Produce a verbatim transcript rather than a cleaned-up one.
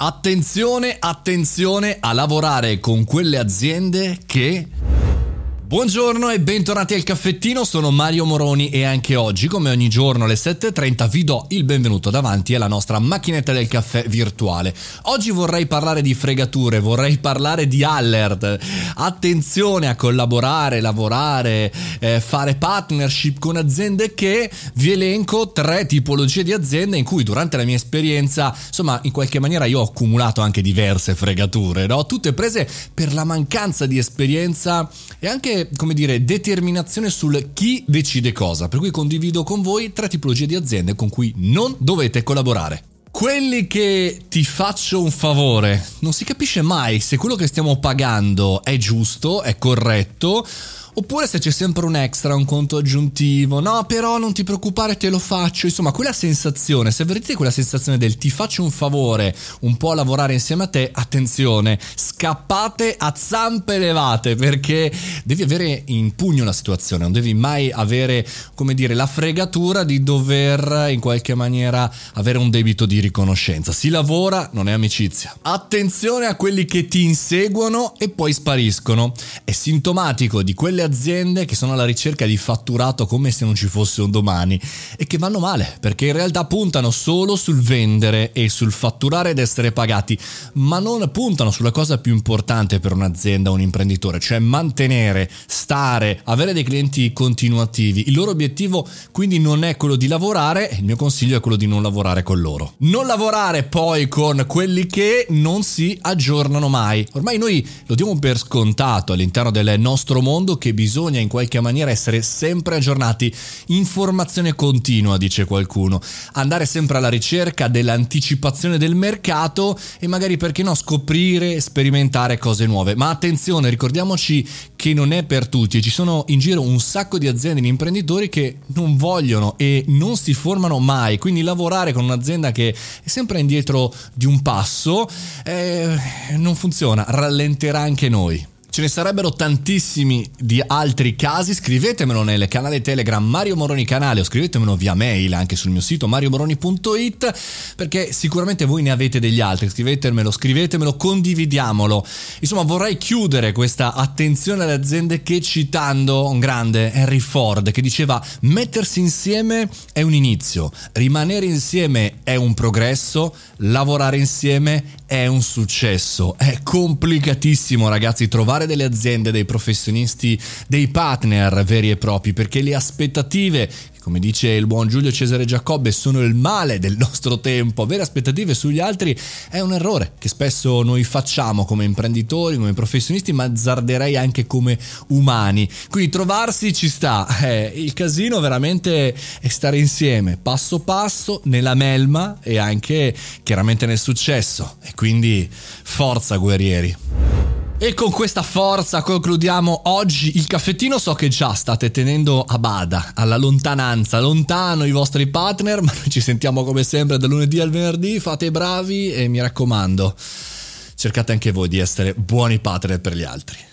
Attenzione, attenzione a lavorare con quelle aziende che... Buongiorno e bentornati al caffettino, sono Mario Moroni e anche oggi, come ogni giorno alle sette e trenta, vi do il benvenuto davanti alla nostra macchinetta del caffè virtuale. Oggi vorrei parlare di fregature, vorrei parlare di alert. Attenzione a collaborare, lavorare, eh, fare partnership con aziende che vi elenco tre tipologie di aziende in cui durante la mia esperienza, insomma, in qualche maniera io ho accumulato anche diverse fregature, no? Tutte prese per la mancanza di esperienza e anche, come dire, determinazione sul chi decide cosa, per cui condivido con voi tre tipologie di aziende con cui non dovete collaborare. Quelli che ti faccio un favore, non si capisce mai se quello che stiamo pagando è giusto, è corretto, oppure se c'è sempre un extra, un conto aggiuntivo. No, però non ti preoccupare, te lo faccio. Insomma, quella sensazione, se avvertite quella sensazione del ti faccio un favore un po' a lavorare insieme a te, attenzione, scappate a zampe levate, perché devi avere in pugno la situazione, non devi mai avere, come dire, la fregatura di dover in qualche maniera avere un debito di riconoscenza. Si lavora, non è amicizia. Attenzione a quelli che ti inseguono e poi spariscono. È sintomatico di quelle aziende che sono alla ricerca di fatturato come se non ci fosse un domani e che vanno male, perché in realtà puntano solo sul vendere e sul fatturare ed essere pagati, ma non puntano sulla cosa più importante per un'azienda o un imprenditore, cioè mantenere, stare, avere dei clienti continuativi. Il loro obiettivo quindi non è quello di lavorare, e il mio consiglio è quello di non lavorare con loro. Non lavorare poi con quelli che non si aggiornano mai. Ormai noi lo diamo per scontato all'interno del nostro mondo che bisogna in qualche maniera essere sempre aggiornati, informazione continua, dice qualcuno, andare sempre alla ricerca dell'anticipazione del mercato e magari, perché no, scoprire, sperimentare cose nuove. Ma attenzione, ricordiamoci che non è per tutti e ci sono in giro un sacco di aziende di imprenditori che non vogliono e non si formano mai, quindi lavorare con un'azienda che è sempre indietro di un passo eh, non funziona, rallenterà anche noi. Ce ne sarebbero tantissimi di altri casi, scrivetemelo nel canale Telegram Mario Moroni Canale o scrivetemelo via mail anche sul mio sito mario moroni punto it, perché sicuramente voi ne avete degli altri. Scrivetemelo, scrivetemelo, condividiamolo. Insomma, vorrei chiudere questa attenzione alle aziende che citando un grande Henry Ford che diceva: mettersi insieme è un inizio, rimanere insieme è un progresso, lavorare insieme è un successo. È complicatissimo, ragazzi, trovare delle aziende, dei professionisti, dei partner veri e propri, perché le aspettative, come dice il buon Giulio Cesare Giacobbe, sono il male del nostro tempo. Avere aspettative sugli altri è un errore che spesso noi facciamo come imprenditori, come professionisti, ma azzarderei anche come umani. Quindi trovarsi ci sta, eh, il casino veramente è stare insieme passo passo nella melma e anche chiaramente nel successo, e quindi forza guerrieri. E con questa forza concludiamo oggi il caffettino. So che già state tenendo a bada, alla lontananza, lontano i vostri partner, ma noi ci sentiamo come sempre dal lunedì al venerdì. Fate i bravi e mi raccomando, cercate anche voi di essere buoni partner per gli altri.